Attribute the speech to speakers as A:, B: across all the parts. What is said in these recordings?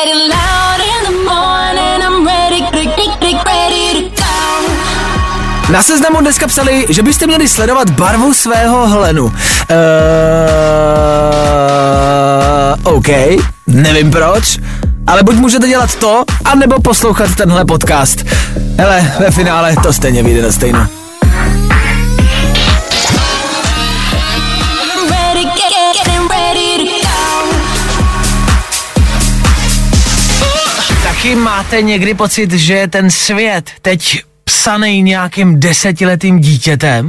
A: Na Seznamu dneska psali, že byste měli sledovat barvu svého hlenu. OK, nevím proč, ale buď můžete dělat to, anebo poslouchat tenhle podcast. Hele, ve finále to stejně vyjde na stejno. Taky máte někdy pocit, že je ten svět teď psaný nějakým 10letým dítětem?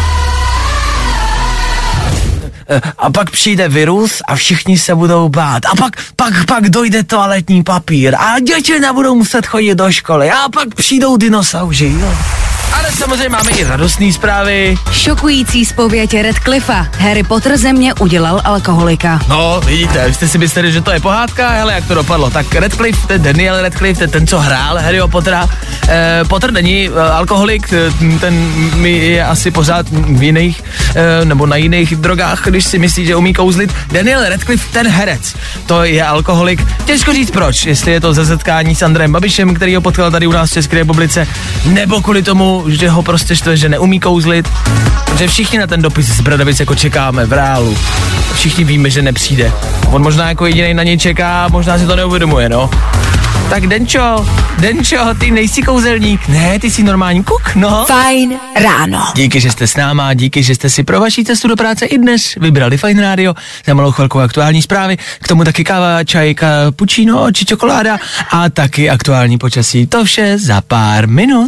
A: A pak přijde virus a všichni se budou bát. A pak dojde toaletní papír a děti nebudou muset chodit do školy. A pak přijdou dinosauři, jo. Ale samozřejmě máme i radostné zprávy.
B: Šokující zpověď Radcliffa. Harry Potter ze mě udělal alkoholika.
A: No, vidíte, vy jste si mysleli, že to je pohádka, hele, jak to dopadlo. Tak Radcliffe, ten Daniel Radcliffe, ten co hrál Harryho Pottera. Potter není alkoholik, ten je asi pořád v jiných, nebo na jiných drogách, když si myslí, že umí kouzlit. Daniel Radcliffe, ten herec, to je alkoholik. Těžko říct proč, jestli je to ze setkání s Andrejem Babišem, který ho potkal tady u nás v České republice, nebo kvůli tomu, že ho prostě štve, že neumí kouzlit, že všichni na ten dopis z Bradavic jako čekáme v reálu. Všichni víme, že nepřijde. On možná jako jedinej na něj čeká, možná si to neuvědomuje, no. Tak Denčo, ty nejsi kouzelník. Ne, ty jsi normální kuk, no.
B: Fajn ráno.
A: Díky, že jste s náma, díky, že jste si pro vaši cestu do práce i dnes vybrali Fajn rádio. Za malou chvilku aktuální zprávy, k tomu taky káva, čaj, cappuccino či čokoláda a taky aktuální počasí. To vše za pár minut.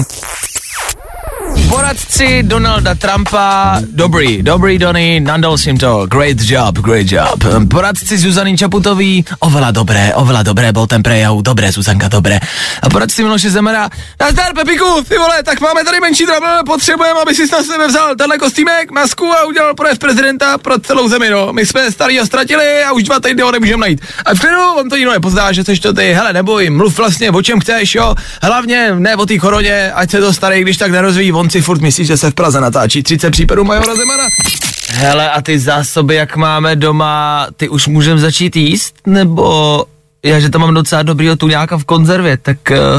A: Poradci Donalda Trumpa, dobrý Donny, nandal si to, great job. Poradci Zuzany Čaputový, oveľa dobré, bol ten prejav, dobré, Zuzanka, dobré. A poradci Miloše Zemera, nazdar Pepiku, ty vole, tak máme tady menší trouble, potřebujeme, aby si na sebe vzal tenhle kostýmek, masku a udělal projev prezidenta pro celou zemi, no. My jsme starýho ztratili a už 2 týdny ho nemůžeme najít. A v klidu, on to jinou nepozdá, že seš to ty, hele, neboj, mluv vlastně o čem chceš, jo, hlavně ne o té koroně, ať se to starý, když tak nerozvíjí, on si furt myslí, že se v Praze natáčí 30 případů Majora Zemana. Hele, a ty zásoby, jak máme doma, ty už můžem začít jíst? Nebo já, že tam mám docela dobrýho tuňáka v konzervě, tak...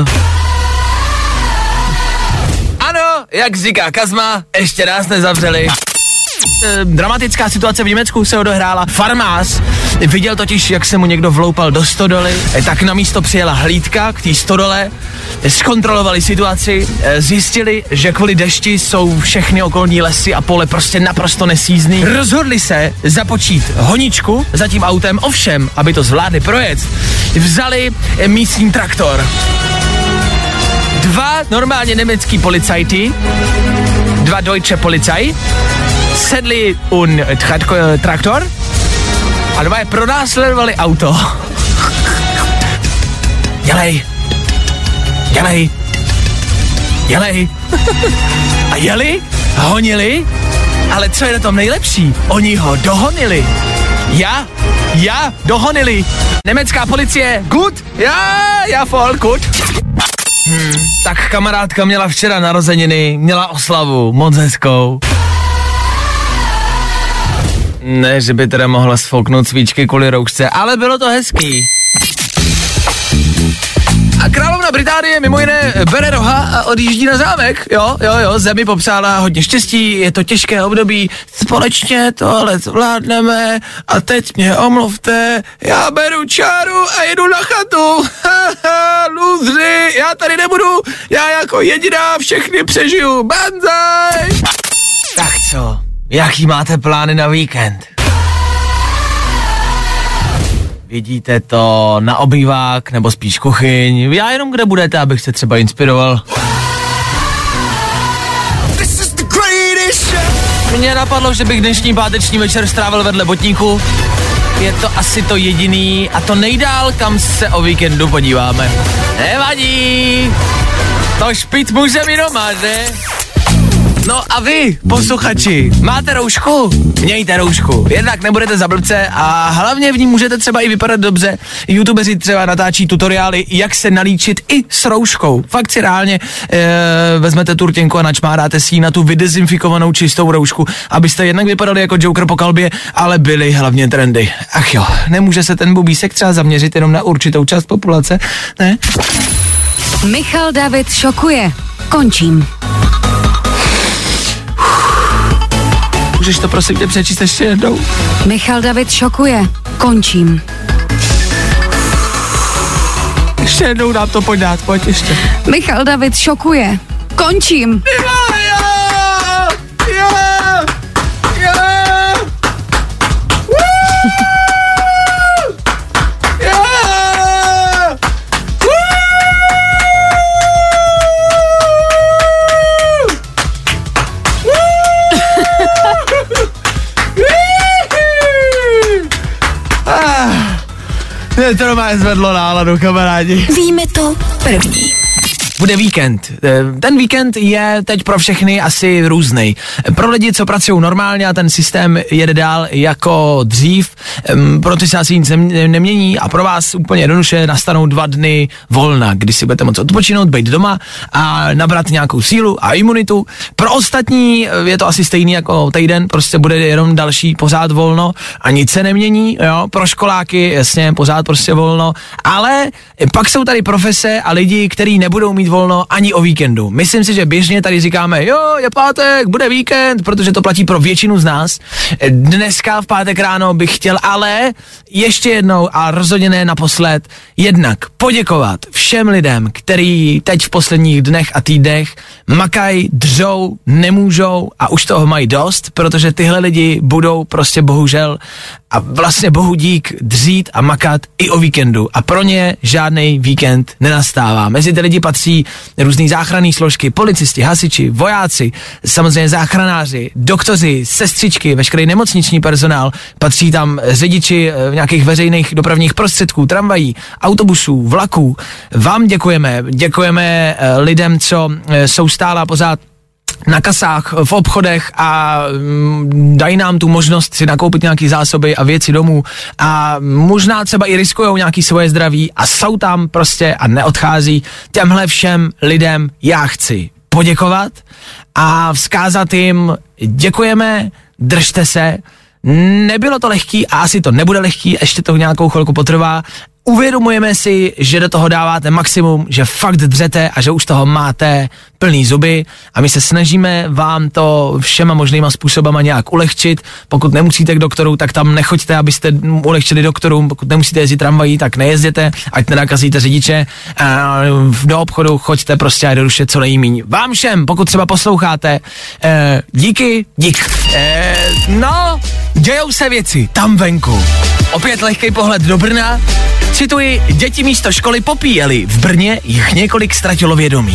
A: Ano, jak říká Kazma, ještě nás nezavřeli. Dramatická situace v Německu se odehrála. Farmář viděl totiž, jak se mu někdo vloupal do stodoly, tak na místo přijela hlídka k té stodole, zkontrolovali situaci, zjistili, že kvůli dešti jsou všechny okolní lesy a pole prostě naprosto nesízný. Rozhodli se započít honičku za tím autem, ovšem, aby to zvládli projet, vzali místní traktor. 2 normálně německý policajti, 2 Deutsche Polizei, sedli un traktor a 2 je pronásledovali auto. Dělej. A jeli, honili, ale co je na tom nejlepší? Oni ho dohonili. Ja, dohonili. Německá policie, gut, ja voll gut. Tak kamarádka měla včera narozeniny, měla oslavu, moc hezkou. Ne, že by teda mohla sfouknout svíčky kvůli roušce, ale bylo to hezký. A královna Británie mimo jiné bere roha a odjíždí na zámek, jo, zemi popřála hodně štěstí, je to těžké období, společně to ale zvládneme a teď mě omluvte, já beru čáru a jedu na chatu, lůzři, já tady nebudu, já jako jediná všechny přežiju, banzaj! Tak co, jaký máte plány na víkend? Vidíte to na obývák, nebo spíš kuchyň, já jenom kde budete, abych se třeba inspiroval. Mně napadlo, že bych dnešní páteční večer strávil vedle botníku. Je to asi to jediný a to nejdál, kam se o víkendu podíváme. Nevadí, to špít můžeme i doma, že? No a vy, posluchači, máte roušku? Mějte roušku. Jednak nebudete za blbce a hlavně v ní můžete třeba i vypadat dobře. YouTubeři třeba natáčí tutoriály, jak se nalíčit i s rouškou. Fakt si reálně vezmete tu rtěnku a načmáráte si ji na tu vydezinfikovanou čistou roušku, abyste jednak vypadali jako Joker po kalbě, ale byli hlavně trendy. Ach jo, nemůže se ten bubísek třeba zaměřit jenom na určitou část populace, ne?
B: Michal David šokuje. Končím.
A: Můžeš to prosím tě přečíst ještě jednou?
B: Michal David šokuje. Končím.
A: Ještě jednou nám to pojď dát, pojď ještě.
B: Michal David šokuje. Končím.
A: To normálně zvedlo náladu, kamarádi.
B: Víme to první.
A: Bude víkend. Ten víkend je teď pro všechny asi různej. Pro lidi, co pracují normálně a ten systém jede dál jako dřív, pro ty se asi nic nemění a pro vás úplně jednoduše nastanou 2 dny volna, kdy si budete moct odpočinout, být doma a nabrat nějakou sílu a imunitu. Pro ostatní je to asi stejný jako týden, prostě bude jenom další pořád volno a nic se nemění, jo. Pro školáky jasně pořád prostě volno, ale pak jsou tady profese a lidi, kteří nebudou mít volno ani o víkendu. Myslím si, že běžně tady říkáme, jo, je pátek, bude víkend, protože to platí pro většinu z nás. Dneska v pátek ráno bych chtěl ale ještě jednou a rozhodně ne naposled jednak poděkovat všem lidem, kteří teď v posledních dnech a týdnech makají, dřou, nemůžou a už toho mají dost, protože tyhle lidi budou prostě bohužel a vlastně bohu dík dřít a makat i o víkendu a pro ně žádný víkend nenastává. Mezi ty lidi patří různý záchranné složky, policisti, hasiči, vojáci, samozřejmě záchranáři, doktoři, sestřičky, veškerý nemocniční personál, patří tam řidiči nějakých veřejných dopravních prostředků, tramvají, autobusů, vlaků. Vám děkujeme lidem, co jsou stále pořád na kasách, v obchodech a dají nám tu možnost si nakoupit nějaký zásoby a věci domů a možná třeba i riskujou nějaký svoje zdraví a jsou tam prostě a neodchází. Těmhle všem lidem já chci poděkovat a vzkázat jim děkujeme, držte se, nebylo to lehký a asi to nebude lehký, ještě to nějakou chvilku potrvá. Uvědomujeme si, že do toho dáváte maximum, že fakt dřete a že už toho máte plný zuby a my se snažíme vám to všema možnýma způsobama nějak ulehčit. Pokud nemusíte k doktoru, tak tam nechoďte, abyste ulehčili doktorům. Pokud nemusíte jezdit tramvají, tak nejezděte, ať nenakazíte řidiče. Do obchodu choďte prostě a jednoduše co nejmíň. Vám všem, pokud třeba posloucháte, díky. No, dějou se věci tam venku. Opět lehkej pohled do Brna. Cituji, děti místo školy popíjeli. V Brně jich několik ztratilo vědomí.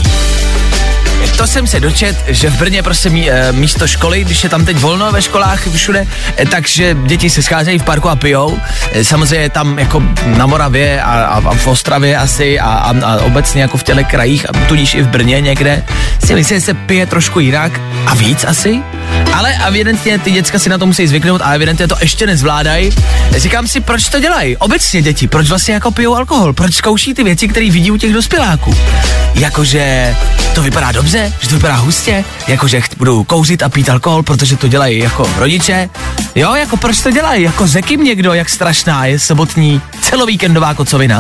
A: To jsem se dočet, že v Brně prostě místo školy, když je tam teď volno ve školách všude, takže děti se scházejí v parku a pijou. Samozřejmě tam jako na Moravě a v Ostravě asi a obecně jako v těle krajích, a tudíž i v Brně někde, si myslím, že se pije trošku jinak a víc asi. Ale evidentně ty děcka si na to musí zvyknout a evidentně to ještě nezvládají. Říkám si, proč to dělají? Obecně děti, proč vlastně jako pijou alkohol? Proč zkouší ty věci, které vidí u těch dospěláků? Jakože to vypadá dobře, že to vypadá hustě, jakože budou kouřit a pít alkohol, protože to dělají jako rodiče. Jo, jako proč to dělají? Jako řekni někdo, jak strašná je sobotní celovíkendová kocovina.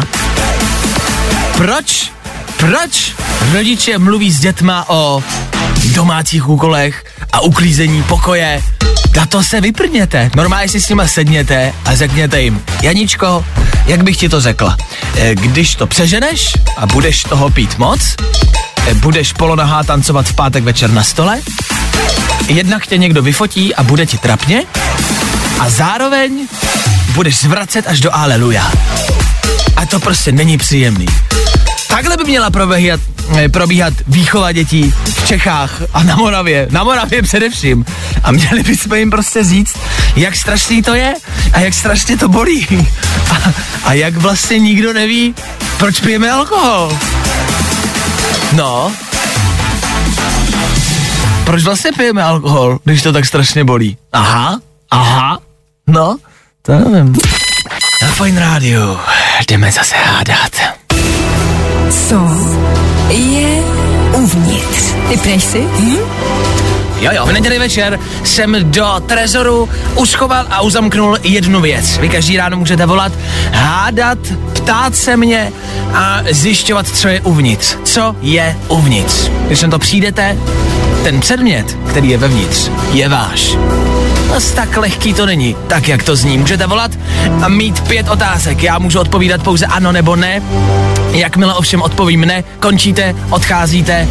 A: Proč rodiče mluví s dětma o domácích úkolech a uklízení pokoje? Na to se vyprněte. Normálně si s nima sedněte a řekněte jim, Janičko, jak bych ti to řekla? Když to přeženeš a budeš toho pít moc, budeš polonahá tancovat v pátek večer na stole, jednak tě někdo vyfotí a bude ti trapně a zároveň budeš zvracet až do aleluja. A to prostě není příjemný. Takhle by měla probíhat výchova dětí v Čechách a na Moravě především. A měli bychom jim prostě říct, jak strašný to je a jak strašně to bolí. A jak vlastně nikdo neví, proč pijeme alkohol. No. Proč vlastně pijeme alkohol, když to tak strašně bolí? Aha, no, to nevím. Na Fajn rádiu jdeme zase hádat.
B: Co je uvnitř? Typneš si?
A: Jo, v neděli večer jsem do trezoru uschoval a uzamknul jednu věc. Vy každý ráno můžete volat, hádat, ptát se mě a zjišťovat, co je uvnitř. Co je uvnitř? Když na to přijdete, ten předmět, který je vevnitř, je váš. Tak lehký to není, tak jak to zní. Můžete volat a mít 5 otázek. Já můžu odpovídat pouze ano nebo ne. Jakmile ovšem odpovím ne, končíte, odcházíte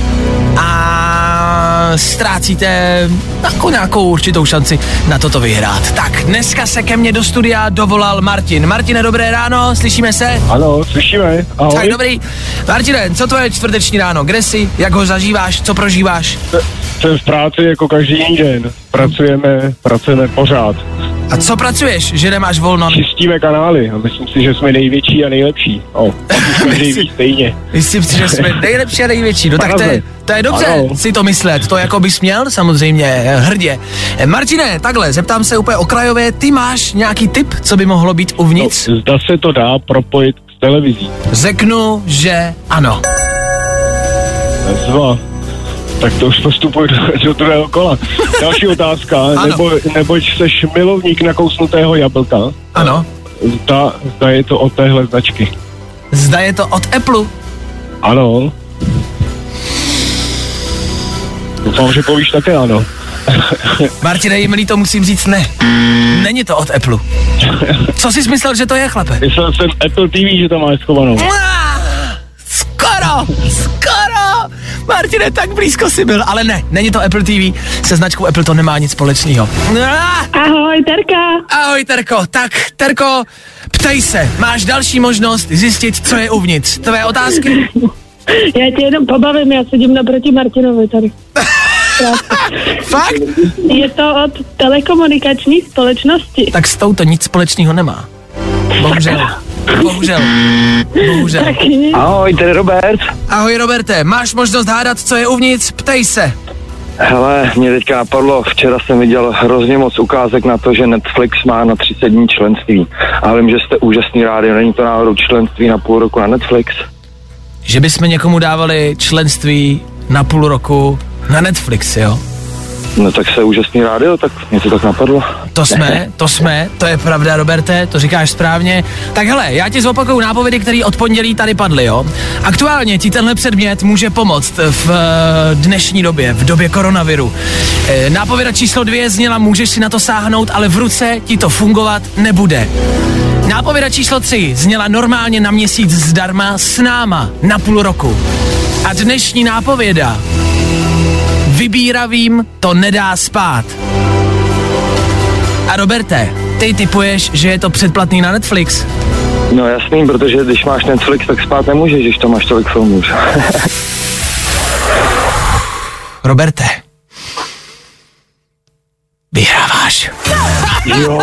A: a ztrácíte jako nějakou určitou šanci na toto vyhrát. Tak, dneska se ke mně do studia dovolal Martin. Martine, dobré ráno, slyšíme se?
C: Ano, slyšíme, ahoj.
A: Tak, dobrý. Martine, co tvoje čtvrteční ráno? Kde jsi? Jak ho zažíváš? Co prožíváš?
C: Jsem v práci jako každý jiný den. Pracujeme pořád.
A: A co pracuješ, že nemáš volno?
C: Čistíme kanály a myslím si, že jsme největší a nejlepší. Každý ví stejně.
A: Myslím si, že jsme nejlepší a největší. No tak to je dobře
C: ano.
A: Si to myslet. To jako bys měl samozřejmě hrdě. Martine, takhle, zeptám se úplně okrajově. Ty máš nějaký tip, co by mohlo být uvnitř?
C: No, zda se to dá propojit s televizí.
A: Řeknu, že ano.
C: Tak to už postupuji do druhého kola. Další otázka, neboť seš milovník nakousnutého jablka.
A: Ano.
C: Zda je to od téhle značky.
A: Zda je to od Apple?
C: Ano. Doufám, že povíš také ano.
A: Martine, milý, to musím říct ne. Není to od Apple. Co jsi myslel, že to je, chlape?
C: Myslel jsem Apple TV, že to máš schovanou.
A: Skoro! Martine, tak blízko si byl, ale ne, není to Apple TV, se značkou Apple to nemá nic společného.
D: Ahoj, Terka.
A: Ahoj, Terko. Tak, Terko, ptej se, máš další možnost zjistit, co je uvnitř. Tvé otázky?
D: Já tě jenom pobavím, já sedím naproti Martinovi tady.
A: Fakt?
D: Je to od telekomunikační společnosti.
A: Tak s touto nic společného nemá. Bohužel.
E: Ahoj, tady Robert.
A: Ahoj, Roberte, máš možnost hádat, co je uvnitř? Ptej se.
E: Hele, mě teďka napadlo, včera jsem viděl hrozně moc ukázek na to, že Netflix má na 30 dní členství. A vím, že jste úžasný rádio, není to náhodou členství na půl roku na Netflix?
A: Že bychom někomu dávali členství na půl roku na Netflix, jo?
E: No tak se úžasný rádio, tak mě to tak napadlo. To je pravda, Roberte, to říkáš správně. Tak hele, já ti zopakuju nápovědy, které od pondělí tady padly, jo. Aktuálně ti tenhle předmět může pomoct v dnešní době, v době koronaviru. Nápověda číslo 2 zněla, můžeš si na to sáhnout, ale v ruce ti to fungovat nebude. Nápověda číslo 3 zněla normálně na měsíc zdarma s náma na půl roku. A dnešní nápověda: vybíravým to nedá spát. A Roberte, ty tipuješ, že je to předplatný na Netflix? No jasný, protože když máš Netflix, tak spát nemůžeš, když tam máš tolik filmů.
A: Roberte, vyhráváš.
E: Jo,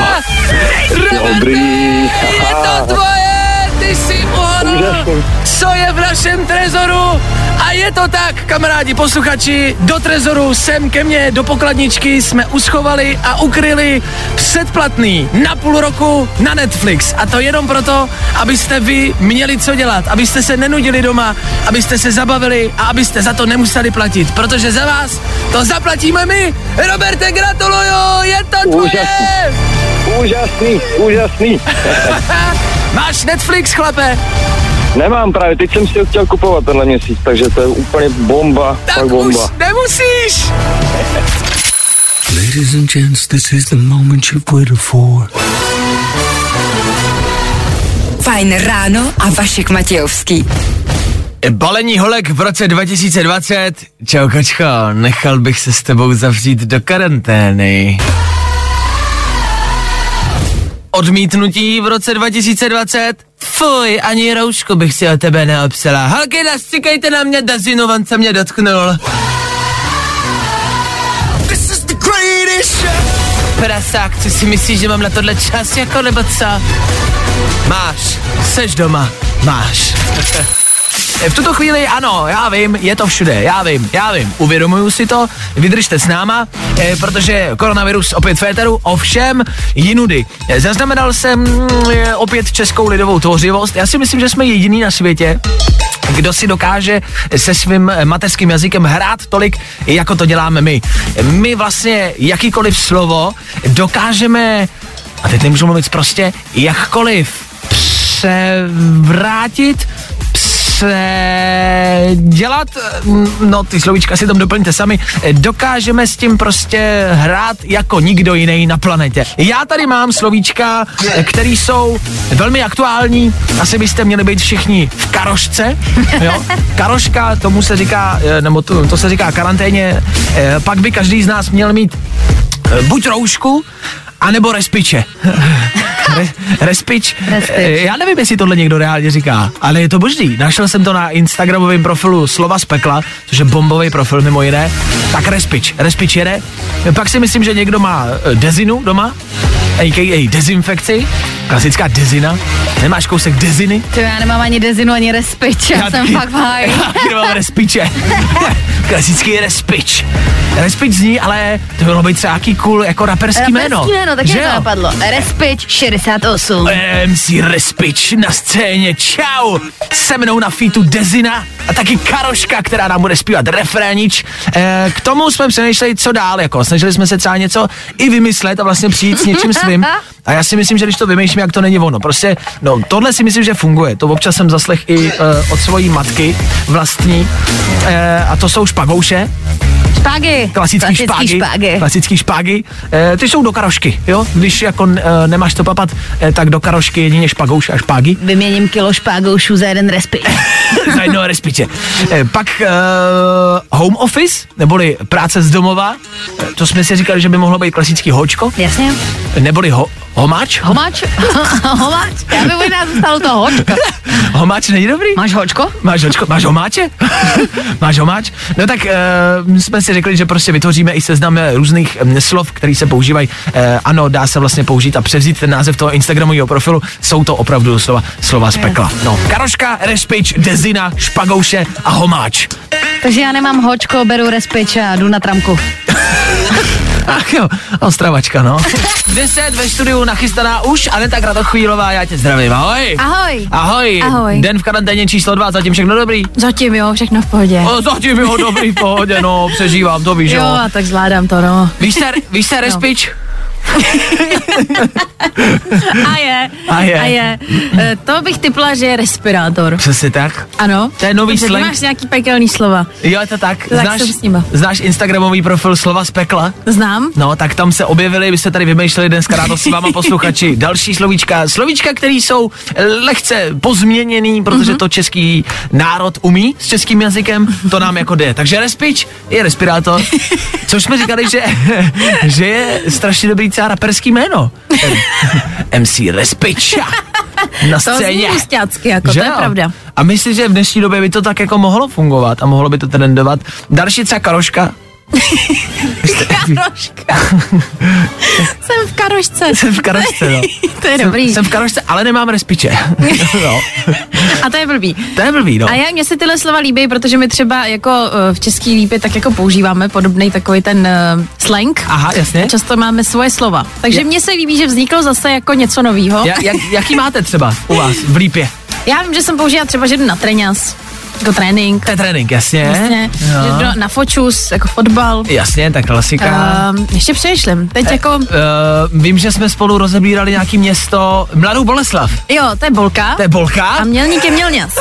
E: dobrý.
A: Je to tvoje, ty jsi uhodl, co je v našem trezoru. A je to tak, kamarádi posluchači, do trezoru sem ke mně, do pokladničky jsme uschovali a ukryli předplatný na půl roku na Netflix. A to jenom proto, abyste vy měli co dělat, abyste se nenudili doma, abyste se zabavili a abyste za to nemuseli platit, protože za vás to zaplatíme my. Roberte, gratuluju, je to tvoje!
E: Úžasný.
A: Máš Netflix, chlape?
E: Nemám právě, teď jsem si ho chtěl kupovat tenhle měsíc, takže to je úplně bomba,
A: tak
E: bomba.
A: Už nemusíš!
F: Ladies and gents, this is the moment you've waited for.
B: Fajn ráno a Vašek Matějovský.
A: Balení holek v roce 2020. Čau, kočko, nechal bych se s tebou zavřít do karantény. Odmítnutí v roce 2020. Fuj, ani roušku bych si o tebe neobsala. Holky, nastříkejte na mě, Dazinovan se mě dotknul. Prasák, co si myslíš, že mám na tohle čas, jako nebo co? Máš, seš doma, máš. V tuto chvíli ano, já vím, je to všude, já vím, uvědomuju si to, vydržte s náma, protože koronavirus opět v éteru, ovšem jinudy. Zaznamenal jsem opět českou lidovou tvořivost, já si myslím, že jsme jediný na světě, kdo si dokáže se svým mateřským jazykem hrát tolik, jako to děláme my. My vlastně jakýkoliv slovo dokážeme, a teď nemůžu mluvit prostě, jakkoliv převrátit, dělat, no ty slovíčka si tam doplňte sami, dokážeme s tím prostě hrát jako nikdo jiný na planetě. Já tady mám slovíčka, které jsou velmi aktuální, asi byste měli být všichni v karošce, jo? Karoška, tomu se říká, nebo to se říká karanténě, pak by každý z nás měl mít buď roušku, anebo respiče. Respič. Já nevím, jestli tohle někdo reálně říká, ale je to božný. Našel jsem to na instagramovém profilu Slova z pekla, což je bombový profil mimo jiné. Tak respič jede. Pak si myslím, že někdo má dezinu doma, a.k.a. dezinfekci, klasická dezina. Nemáš kousek deziny?
B: To já nemám ani dezinu, ani respič, já jsem fakt v háji.
A: Já nemám respiče. Klasický respič. Respič zní, ale to bylo být třeba jaký cool jako raperský jméno.
B: Raperský jméno, tak jak to napadlo. Respič 68.
A: MC Respič na scéně, čau. Se mnou na featu Dezina a taky Karoška, která nám bude zpívat refrénič. K tomu jsme přemýšleli, co dál, jako snažili jsme se třeba něco i vymyslet a vlastně přijít s něčím svým. A já si myslím, že když to vymýšlím, jak to není ono. Prostě, no, tohle si myslím, že funguje. To občas jsem zaslech i od svojí matky vlastní. A to jsou špagouše.
B: Špágy.
A: Klasický špágy. Ty jsou do karošky, jo? Když jako nemáš to papat, tak do karošky jedině špagouše a špágy.
B: Vyměním kilo špágoušů za jeden respič.
A: Za jednoho respiče. Pak home office, neboli práce z domova. To jsme si říkali, že by mohlo být klasický hočko.
B: Jasně.
A: Neboli homáč.
B: Homáč? Já by možná zůstalo to hočko.
A: Homáč není dobrý?
B: Máš hočko?
A: Máš homáče? Máš homáč? No tak jsme si řekli, že prostě vytvoříme i seznam různých slov, které se používají. Ano, dá se vlastně použít a převzít ten název toho instagramového profilu. Jsou to opravdu slova z pekla. No, Karoška, respič, dezina, špagouše a homáč.
B: Takže já nemám hočko, beru respič a jdu na tramku.
A: Ach jo, Ostravačka, no. 10 ve studiu nachystaná už, Aneta Kratochvílová, já tě zdravím, ahoj.
B: Ahoj.
A: Ahoj.
B: Ahoj.
A: Den v karanténě číslo 2, zatím všechno dobrý?
B: Zatím jo, všechno v pohodě.
A: Zatím jo, dobrý, v pohodě, no, přežívám, to víš, jo.
B: Jo, a tak zvládám to, no.
A: Víš se respič?
B: A je. To bych typla, že je respirátor.
A: Přesně tak.
B: Ano.
A: To je nový slang.
B: Máš nějaký pekelný slova.
A: Jo, je to tak.
B: Tak
A: Znáš instagramový profil Slova z pekla?
B: Znám.
A: No, tak tam se objevili, vy jste tady vymýšleli dneska ráno s váma posluchači další slovíčka, který jsou lehce pozměněný, protože to český národ umí s českým jazykem, to nám jako jde. Takže respič je respirátor, což jsme říkali, že je strašně dobrý třeba raperský jméno. MC Respiča na scéně.
B: To zní úsťacky, jako že to je pravda.
A: A myslím, že v dnešní době by to tak jako mohlo fungovat a mohlo by to trendovat. Další třeba Karoška.
B: Karoška. Jsem v karošce.
A: Jsem v karošce, no.
B: To je dobrý.
A: Jsem v karošce, ale nemám respiče. No.
B: A to je blbý.
A: To je blbý, no.
B: A mně se tyhle slova líbí, protože my třeba jako v český lípě tak jako používáme podobný takový ten slang.
A: Aha, jasně.
B: A často máme svoje slova. Takže mně se líbí, že vzniklo zase jako něco novýho.
A: Jaký máte třeba u vás v lípě?
B: Já vím, že jsem použila třeba, že jdu na treňas. Jako trénink.
A: To je trénink, jasně.
B: Že na fočus, jako fotbal.
A: Jasně, tak klasika.
B: Ještě přemýšlím. Teď jako...
A: Vím, že jsme spolu rozebírali nějaký město, Mladou Boleslav.
B: Jo, to je Bolka.
A: To je Bolka.
B: A Mělník je Mělňas.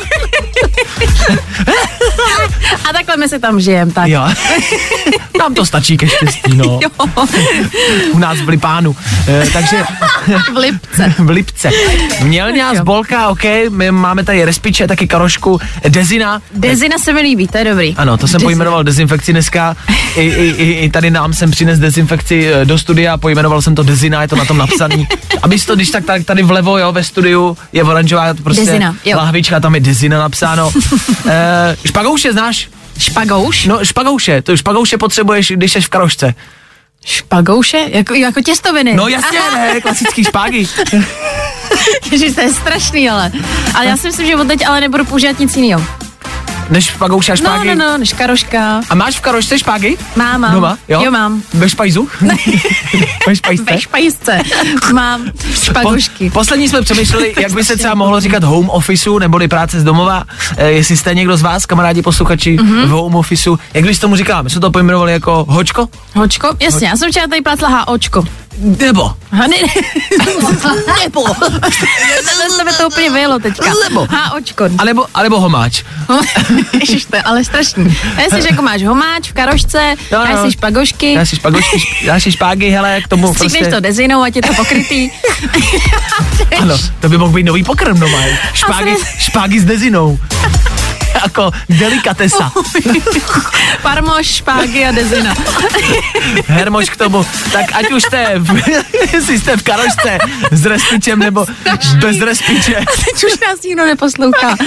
B: A takhle my si tam žijem, tak.
A: Jo. Nám to stačí ke štěstí, no.
B: Jo.
A: U nás v Lipánu. Takže...
B: V
A: Lipce. Mělňas, Bolka, ok, my máme tady respiče, taky Karošku, Dezina.
B: Dezina se mi líbí, to je dobrý.
A: Ano, to jsem pojmenoval dezinfekci dneska. I tady nám jsem přines dezinfekci do studia, pojmenoval jsem to Dezina, je to na tom napsaný. Abys to, když tak tady vlevo, jo, ve studiu je oranžová prostě Dezina, lahvička, tam je Dezina napsáno. Špagouše znáš?
B: Špagouš?
A: No, špagouše potřebuješ, když jsi v Karošce.
B: Špagouše? Jako těstoviny.
A: No jasně, ne, klasický špágy.
B: Ježiš, to je strašný, ale já si myslím, že od teď ale nebudu používat nic jiného.
A: Než špagouše a špágy?
B: No, než karoška.
A: A máš v karošce špágy?
B: Mám.
A: Doma, jo?
B: Mám.
A: Ve špajzu? Ve špajzce?
B: Ve špajzce. Mám špagušky.
A: Poslední jsme přemýšleli, jak by se třeba mohlo říkat home officeu, neboli práce z domova. Jestli jste někdo z vás, kamarádi posluchači, v home officeu, jak bys tomu říkala? My jsme to pojmenovali jako hočko?
B: Hočko? Jasně, já jsem včera tady plátla HOčko.
A: Nebo.
B: Nebo. To by to úplně vyjelo teďka.
A: Nebo.
B: HOčko.
A: Alebo homáč.
B: Ježiš, to je ale strašný. A jestli jako máš homáč v karošce, dáš si špagošky.
A: Dáš si špágy, hele, k tomu
B: stříkneš
A: prostě.
B: to dezinou, ať je to pokrytý.
A: Ano, to by mohl být nový pokrm doma. Špágy s dezinou. Jako delikatesa.
B: Parmoš, špágy a dezina.
A: Hermoš k tomu. Tak ať už jestli jste v karošce s respičem nebo bez respiče.
B: Teď už nás nikdo neposlouchá.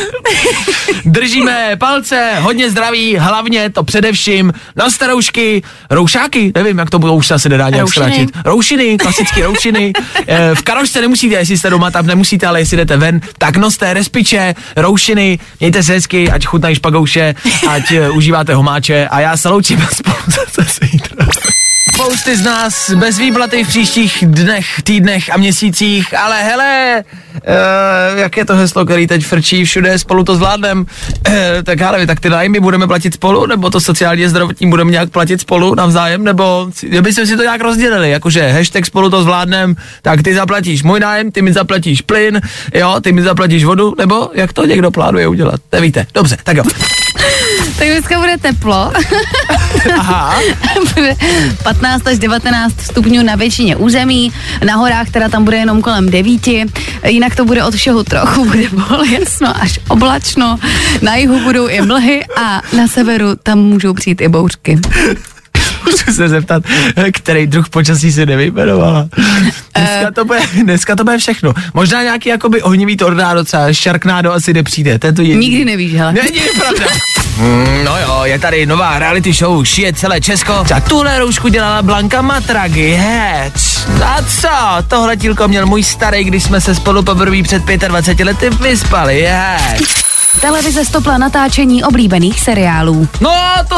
A: Držíme palce, hodně zdraví, hlavně to především. Noste roušky, roušáky, nevím, jak to bude, už se asi nedá nějak zkrátit. Roušiny, klasické roušiny. V karošce nemusíte, jestli jste doma, tam nemusíte, ale jestli jdete ven, tak noste respiče, roušiny, mějte se hezky, ať chutnají špagouše, ať užíváte homáče a já se loučím spolu zase zítra. Spousty z nás bez výplaty v příštích dnech, týdnech a měsících, ale hele, jak je to heslo, který teď frčí všude, spolu to zvládnem, tak já nevím, tak ty nájmy budeme platit spolu, nebo to sociálně zdravotní budeme nějak platit spolu navzájem, nebo bychom si to nějak rozdělili, jakože hashtag spolu to zvládnem, tak ty zaplatíš můj nájem, ty mi zaplatíš plyn, jo, ty mi zaplatíš vodu, nebo jak to někdo plánuje udělat, nevíte, dobře, tak jo.
B: Tak dneska bude teplo.
A: Aha.
B: Bude 15 až 19 stupňů na většině území, na horách teda tam bude jenom kolem 9, jinak to bude od všeho trochu, bude jasno až oblačno, na jihu budou i mlhy a na severu tam můžou přijít i bouřky.
A: Můžu se zeptat, který druh počasí si nevyjmenovala. Dneska to bude všechno. Možná nějaký jakoby ohnivý tornádo, třeba Sharknado asi nepřijde.
B: Nikdy nevíš, hele.
A: Není pravda. No jo, je tady nová reality show, šije celé Česko. A tuhle roušku dělala Blanka Matragi, hec. A co? Tohle dílko měl můj starý, když jsme se spolu poprvé před 25 lety vyspali, hec.
B: Televize stopla natáčení oblíbených seriálů.
A: No,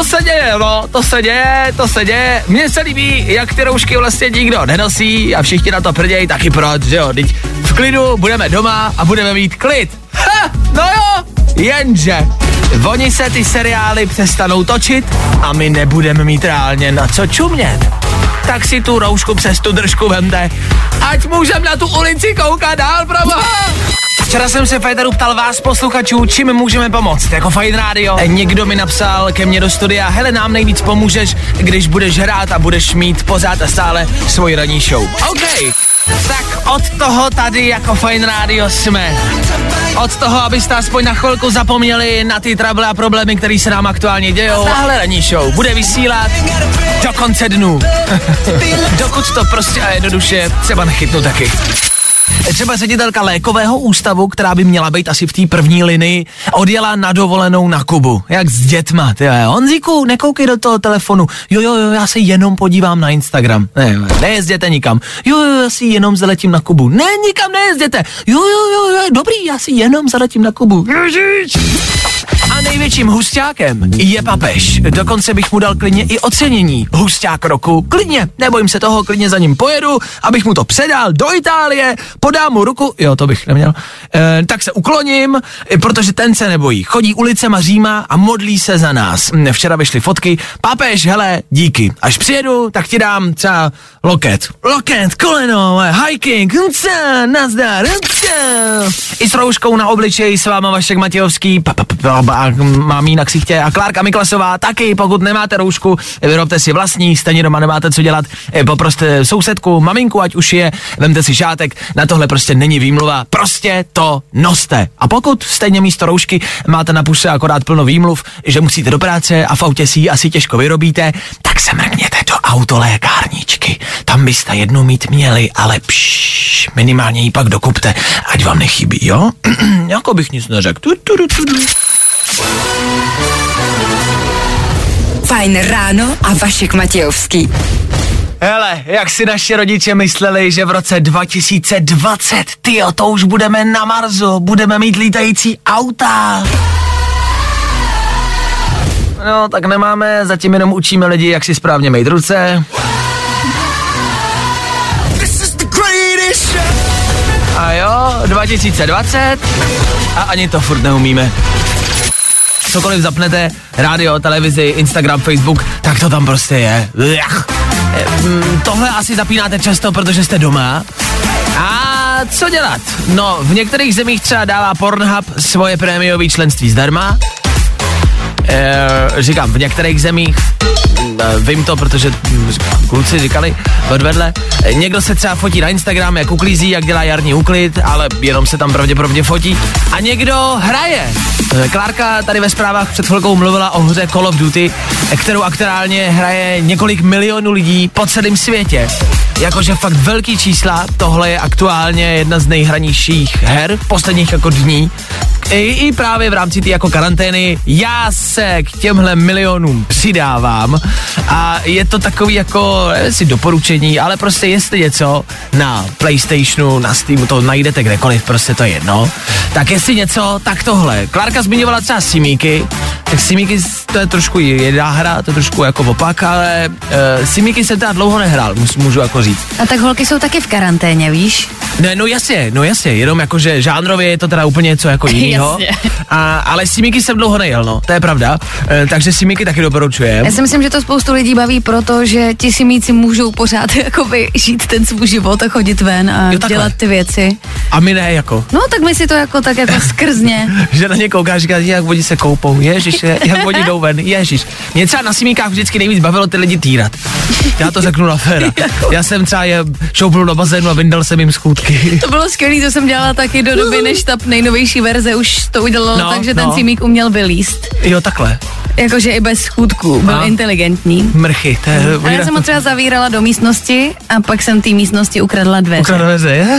A: to se děje. Mně se líbí, jak ty roušky vlastně nikdo nenosí a všichni na to prdějí, taky proč, že jo. Teď v klidu budeme doma a budeme mít klid. Ha, no jo, jenže oni se ty seriály přestanou točit a my nebudeme mít reálně na co čumět. Tak si tu roušku přes tu držku vemte, ať můžeme na tu ulici koukat dál, proboha. Včera jsem se Fajtaru ptal vás posluchačů, čím můžeme pomoct, jako Fajn Radio. Někdo mi napsal ke mně do studia, hele, nám nejvíc pomůžeš, když budeš hrát a budeš mít pořád a stále svoji ranní show. OK, tak od toho tady jako Fajn Radio jsme. Od toho, abyste aspoň na chvilku zapomněli na ty trable a problémy, které se nám aktuálně dějou. Tahle ranní show bude vysílat do konce dnů. Dokud to prostě a jednoduše třeba nechytnu taky. Třeba ředitelka lékového ústavu, která by měla být asi v té první linii, odjela na dovolenou na Kubu. Jak s dětma, tyhle. Honzíku, nekoukej do toho telefonu. Jo, já se jenom podívám na Instagram. Ne, nejezděte nikam. Jo, já si jenom zaletím na Kubu. Ne, nikam nejezděte. Jo, dobrý, já si jenom zaletím na Kubu. Ježiš. A největším husťákem je papež. Dokonce bych mu dal klidně i ocenění. Husťák roku. Klidně, nebojím se toho, klidně za ním pojedu, abych mu to předal do Itálie, podám mu ruku, jo, to bych neměl, tak se ukloním, protože ten se nebojí. Chodí ulicema Říma a modlí se za nás. Včera vyšly fotky. Papež, hele, díky. Až přijedu, tak ti dám třeba loket, koleno, hiking, nazdar, i s rouškou na obličeji s váma Vašek Matějovský, mám jí na ksichtě a Klárka Miklasová taky, pokud nemáte roušku, vyrobte si vlastní, stejně doma nemáte co dělat, poproste sousedku, maminku, ať už je, vemte si šátek, na tohle prostě není výmluva, prostě to noste. A pokud stejně místo roušky máte na puse akorát plno výmluv, že musíte do práce a v autě si ji asi těžko vyrobíte, tak se mrkněte do autolékárničky. Tam byste jednu mít měli, ale minimálně ji pak dokupte, ať vám nechybí, jo? Jako bych nic neřekl.
G: Fajn ráno a Vašek Matějovský.
A: Hele, jak si naši rodiče mysleli, že v roce 2020, tyjo, to už budeme na Marsu, budeme mít lítající auta. No, tak nemáme, zatím jenom učíme lidi, jak si správně mejt ruce. A jo, 2020 a ani to furt neumíme. Cokoliv zapnete, rádio, televizi, Instagram, Facebook, tak to tam prostě je. Tohle asi zapínáte často, protože jste doma. A co dělat? No, v některých zemích třeba dává Pornhub svoje prémiové členství zdarma. Říkám, v některých zemích, vím to, protože kluci říkali odvedle, někdo se třeba fotí na Instagram, jak uklízí, jak dělá jarní úklid, ale jenom se tam pravděpodobně fotí. A někdo hraje. Klárka tady ve zprávách před chvilkou mluvila o hře Call of Duty, kterou aktuálně hraje několik milionů lidí po celém světě. Jakože fakt velký čísla, tohle je aktuálně jedna z nejhranějších her posledních jako dní. I právě v rámci té jako karantény já se k těmhle milionům přidávám a je to takový jako, nevím si doporučení, ale prostě jestli něco na PlayStationu, na Steamu, to najdete kdekoliv, prostě to je jedno. Tak jestli něco, tak tohle. Klárka zmiňovala třeba Simíky, tak Simíky to je trošku jiná hra, to je trošku jako opak, ale Simíky jsem teda dlouho nehrál, můžu jako říct.
B: A tak holky jsou taky v karanténě, víš?
A: Ne, no jasně, jenom jakože žánrově je to teda úplně něco jako jinýho. Ale Simíky jsem dlouho nejel, no, to je pravda, takže Simíky taky doporučujem.
B: Já si myslím, že to spoustu lidí baví, protože ti Simíci můžou pořád jakoby žít ten svůj život a chodit ven a dělat ty věci.
A: A my ne jako.
B: No tak my si to jako tak jako skrzně.
A: Že na ně koukáš, říkáš, jak oni se koupou, ježiš, jak oni jdou ven, ježiš. Mě třeba na Simíkách vždycky nejvíc bavilo ty lidi týrat. Já to řeknu na féra. Já jsem třeba je šoupnul do bazénu a vyndal jsem jim schůdky.
B: To bylo skvělý, to jsem dělala taky do doby, než ta nejnovější verze už to udělalo tak, že ten Simík uměl vylíst.
A: Jo, takhle.
B: Jakože i bez schůdků, byl inteligentní.
A: Mrchy, to je...
B: A já jsem ho třeba zavírala do místnosti a pak jsem té místnosti ukradla dveře.
A: Ukradla dveře, je?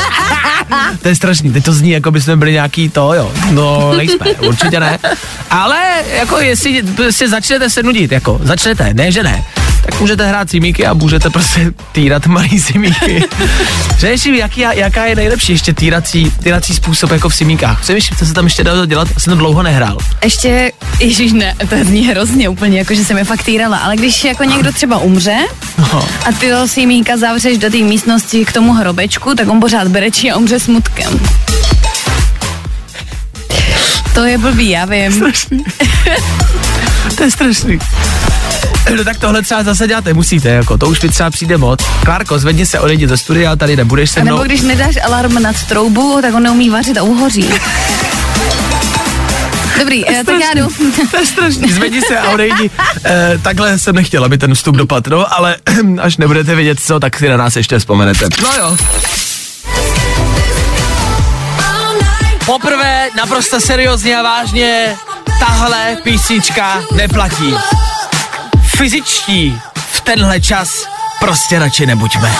A: To je strašný, teď to zní, jako by jsme byli nějaký to, jo. No, nejsme, určitě ne. Ale jako jestli se začnete se nudit, jako začnete, ne, že ne, tak můžete hrát Simíky a můžete prostě týrat malý Simíky. Řeším, jaká je nejlepší ještě týrací způsob jako v Simíkách. Přemýšlím, co se tam ještě dalo dělat, jsem to dlouho nehrál.
B: Ještě, ježiš ne, to zní hrozně úplně, jako že jsem je fakt týrala, ale když jako někdo třeba umře a ty toho Simíka zavřeš do té místnosti k tomu hrobečku, tak on pořád berečí a umře smutkem. To je blbý, já vím.
A: Strašný. To je strašný. No tak tohle třeba zase děláte, musíte, jako, to už mi třeba přijde moc. Klárko, zvedni se, odejdi do studia, tady nebudeš se mnou.
B: A nebo když nedáš alarm nad troubu, tak on neumí vařit a uhoří. Dobrý, tak já jdu.
A: To je strašný, zvedni se a odejdi. Takhle jsem nechtěl, aby ten vstup dopadl, no, ale až nebudete vědět co, tak si na nás ještě vzpomenete. No jo. Poprvé, naprosto seriózně a vážně, tahle písnička neplatí. Fyzičtí v tenhle čas prostě radši nebuďme.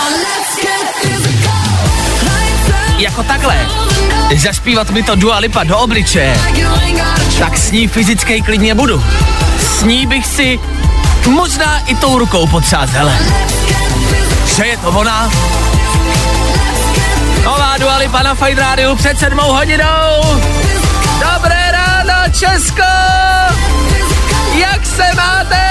A: Jako takhle, zaspívat mi to Dua Lipa do obličeje, tak s ní fyzicky klidně budu. S ní bych si možná i tou rukou potřát, hele. Že je to ona? Nová Dua Lipa na Fajn rádiu před 7 hodinou. Dobré ráno, Česko! Jak se máte?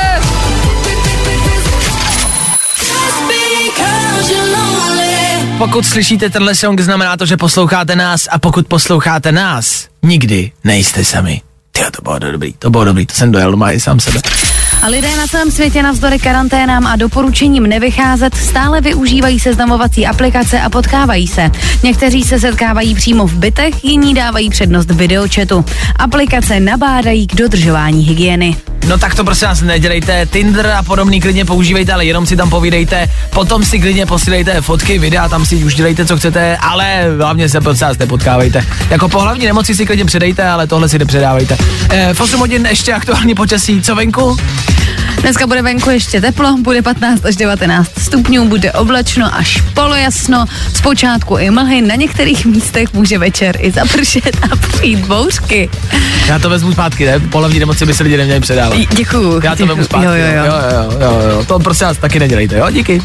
A: Pokud slyšíte tenhle song, znamená to, že posloucháte nás, a pokud posloucháte nás, nikdy nejste sami. Tyjo, to bylo dobrý, to jsem dojel doma i sám sebe.
B: A lidé na celém světě navzdory karanténám a doporučením nevycházet stále využívají seznamovací aplikace a potkávají se. Někteří se setkávají přímo v bytech, jiní dávají přednost videochatu. Aplikace nabádají k dodržování hygieny.
A: No tak to prostě nás nedělejte, Tinder a podobný klidně používejte, ale jenom si tam povídejte, potom si klidně posílejte fotky, videa, tam si už dělejte, co chcete, ale hlavně se prostě nepotkávejte. Jako po hlavní nemoci si klidně předejte, ale tohle si nepředávejte. V 8 hodin ještě aktuální počasí, co venku?
B: Dneska bude venku ještě teplo, bude 15 až 19 stupňů, bude oblačno až polojasno, zpočátku i mlhy, na některých místech může večer i zapršet a přijít bouřky.
A: Já to vezmu zpátky, ne? Pohlavní nemoci by se lidi neměli předávat. hele.
B: Děkuju.
A: Já to vemu zpátky. Jo. To prostě nás taky nedělejte, jo? Díky.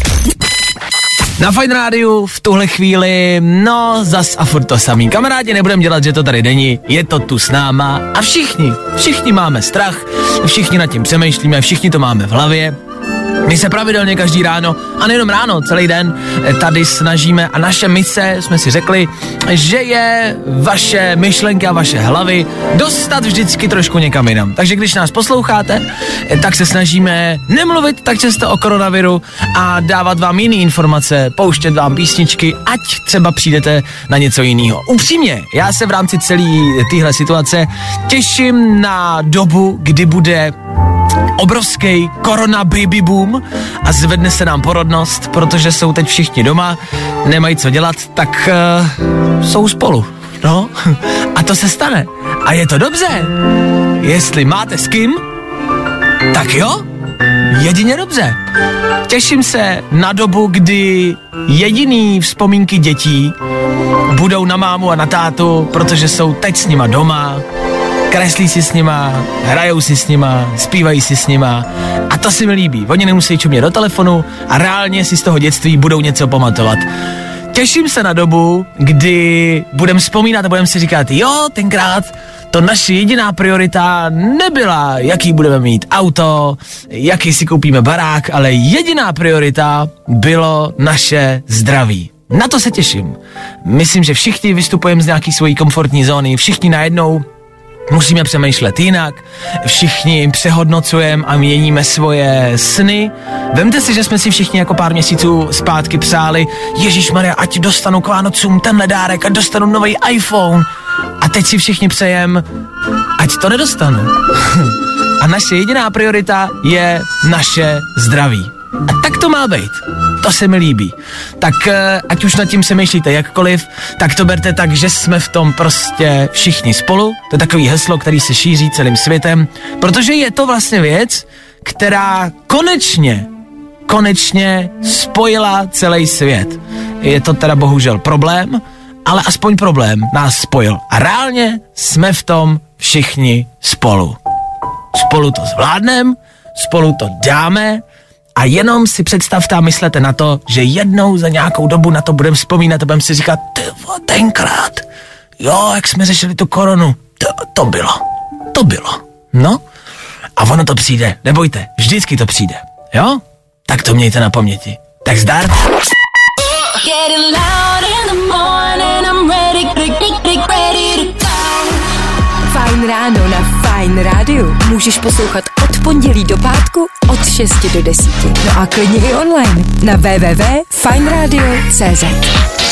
A: Na Fajn rádiu v tuhle chvíli, no zas a furt to samý. Kamarádi, nebudem dělat, že to tady není, je to tu s náma a všichni máme strach, všichni nad tím přemýšlíme, všichni to máme v hlavě. My se pravidelně každý ráno, a nejenom ráno, celý den tady snažíme a naše mise, jsme si řekli, že je vaše myšlenky a vaše hlavy dostat vždycky trošku někam jinam. Takže když nás posloucháte, tak se snažíme nemluvit tak často o koronaviru a dávat vám jiné informace, pouštět vám písničky, ať třeba přijdete na něco jiného. Upřímně, já se v rámci celé téhle situace těším na dobu, kdy bude obrovský korona baby boom a zvedne se nám porodnost, protože jsou teď všichni doma, nemají co dělat, tak jsou spolu, no. A to se stane. A je to dobře. Jestli máte s kým, tak jo, jedině dobře. Těším se na dobu, kdy jediný vzpomínky dětí budou na mámu a na tátu, protože jsou teď s nima doma, kreslí si s nima, hrajou si s nima, zpívají si s nima a to si mi líbí. Oni nemusí čumět do telefonu a reálně si z toho dětství budou něco pamatovat. Těším se na dobu, kdy budeme vzpomínat a budeme si říkat, jo, tenkrát to naše jediná priorita nebyla, jaký budeme mít auto, jaký si koupíme barák, ale jediná priorita bylo naše zdraví. Na to se těším. Myslím, že všichni vystupujeme z nějaký svojí komfortní zóny, všichni najednou musíme přemýšlet jinak, všichni přehodnocujeme a měníme svoje sny. Vemte si, že jsme si všichni jako pár měsíců zpátky přáli, Ježišmarja, ať dostanu k Vánocům tenhle dárek, ať dostanu nový iPhone. A teď si všichni přejem, ať to nedostanu. A naše jediná priorita je naše zdraví. A tak to má být. To se mi líbí. Tak ať už nad tím se myšlíte jakkoliv, tak to berte tak, že jsme v tom prostě všichni spolu. To je takový heslo, který se šíří celým světem, protože je to vlastně věc, která konečně spojila celý svět. Je to teda bohužel problém, ale aspoň problém nás spojil. A reálně jsme v tom všichni spolu. Spolu to zvládneme, spolu to dáme, a jenom si představte a myslete na to, že jednou za nějakou dobu na to budeme vzpomínat a budeme si říkat, tenkrát, jo, jak jsme řešili tu koronu, to bylo. No, a ono to přijde, nebojte, vždycky to přijde, jo? Tak to mějte na paměti. Tak zdar.
G: Fajn ráno na Fajn rádiu můžeš poslouchat od pondělí do pátku od 6 do 10. No a klidně i online na www.fajnradio.cz.